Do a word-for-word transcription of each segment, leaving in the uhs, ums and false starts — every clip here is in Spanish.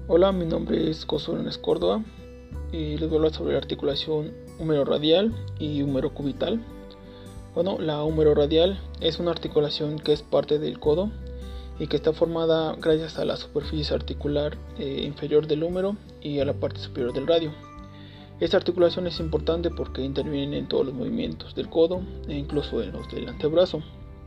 Hola, mi nombre es Josué Lones Córdoba y les voy a hablar sobre la articulación húmero-radial y húmero-cubital. Bueno, la húmero-radial es una articulación que es parte del codo y que está formada gracias a la superficie articular eh, inferior del húmero y a la parte superior del radio. Esta articulación es importante porque interviene en todos los movimientos del codo e incluso en los del antebrazo.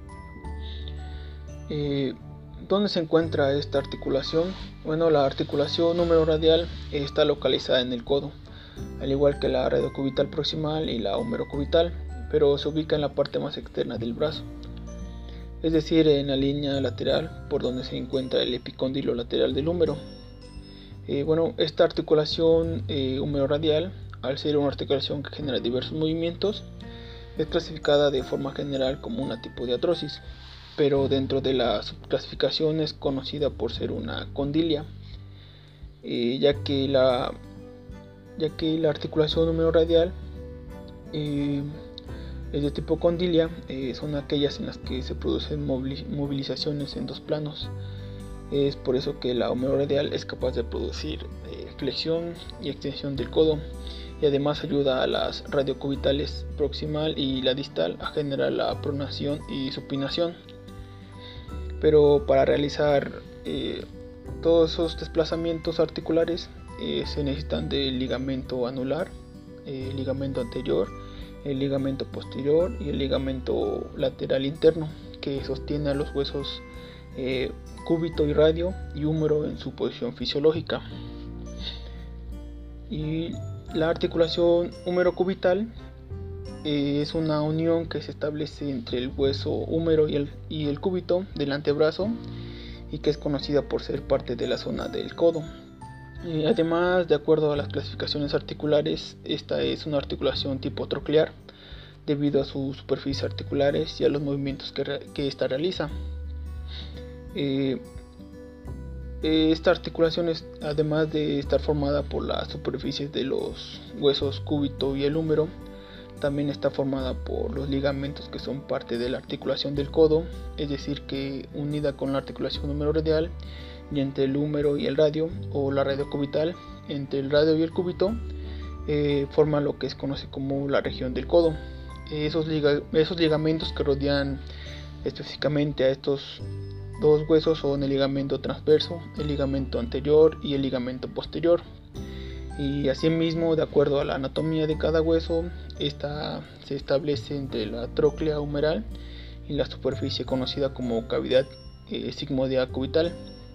Eh, ¿Dónde se encuentra esta articulación? Bueno, la articulación húmero-radial está localizada en el codo, al igual que la radiocubital proximal y la húmero-cubital, pero se ubica en la parte más externa del brazo, es decir, en la línea lateral por donde se encuentra el epicóndilo lateral del húmero. Eh, bueno, esta articulación eh, húmero-radial, al ser una articulación que genera diversos movimientos, es clasificada de forma general como una tipo de artrosis, pero dentro de la subclasificación es conocida por ser una condilia, eh, ya que la ya que la articulación húmero-radial eh, es de tipo condilia. Eh, son aquellas en las que se producen movilizaciones en dos planos. Es por eso que la húmero-radial es capaz de producir eh, flexión y extensión del codo, y además ayuda a las radiocubitales proximal y la distal a generar la pronación y supinación. Pero para realizar eh, todos esos desplazamientos articulares eh, se necesitan del ligamento anular, el eh, ligamento anterior, el ligamento posterior y el ligamento lateral interno, que sostiene a los huesos eh, cúbito y radio y húmero en su posición fisiológica. Y la articulación húmero-cubital eh, es una unión que se establece entre el hueso húmero y el, y el cúbito del antebrazo, y que es conocida por ser parte de la zona del codo. Eh, además, de acuerdo a las clasificaciones articulares, esta es una articulación tipo troclear, debido a sus superficies articulares y a los movimientos que, que ésta realiza. Eh, Esta articulación es, además de estar formada por las superficies de los huesos cúbito y el húmero, también está formada por los ligamentos que son parte de la articulación del codo, es decir, que unida con la articulación húmero-radial y entre el húmero y el radio, o la radiocubital entre el radio y el cúbito, eh, forma lo que se conoce como la región del codo. Esos, liga, esos ligamentos que rodean específicamente a estos dos huesos son el ligamento transverso, el ligamento anterior y el ligamento posterior. Y asimismo, de acuerdo a la anatomía de cada hueso, esta se establece entre la tróclea humeral y la superficie conocida como cavidad eh, sigmoidea cubital.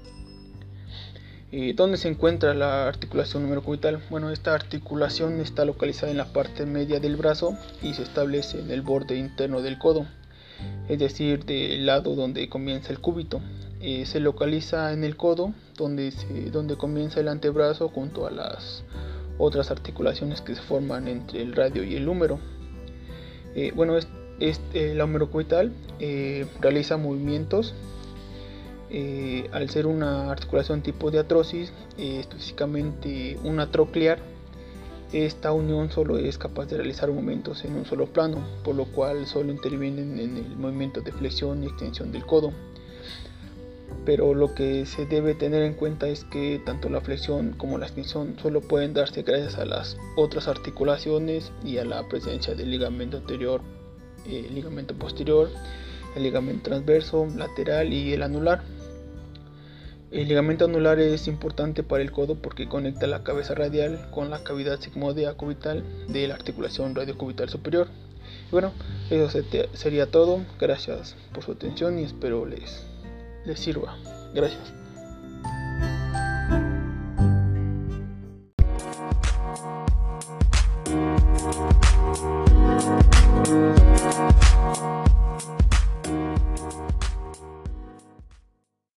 Eh, ¿Dónde se encuentra la articulación húmero-cubital? Bueno, esta articulación está localizada en la parte media del brazo y se establece en el borde interno del codo, es decir, del lado donde comienza el cúbito. Eh, se localiza en el codo, donde, se, donde comienza el antebrazo, junto a las otras articulaciones que se forman entre el radio y el húmero. Eh, bueno, es, es, eh, la húmero-cubital eh, realiza movimientos. Eh, al ser una articulación tipo de artrosis, eh, específicamente una troclear, esta unión solo es capaz de realizar movimientos en un solo plano, por lo cual solo intervienen en el movimiento de flexión y extensión del codo. Pero lo que se debe tener en cuenta es que tanto la flexión como la extensión solo pueden darse gracias a las otras articulaciones y a la presencia del ligamento anterior, el ligamento posterior, el ligamento transverso, lateral y el anular. El ligamento anular es importante para el codo porque conecta la cabeza radial con la cavidad sigmoidea cubital de la articulación radiocubital superior. Y bueno, eso sería todo. Gracias por su atención y espero les, les sirva. Gracias.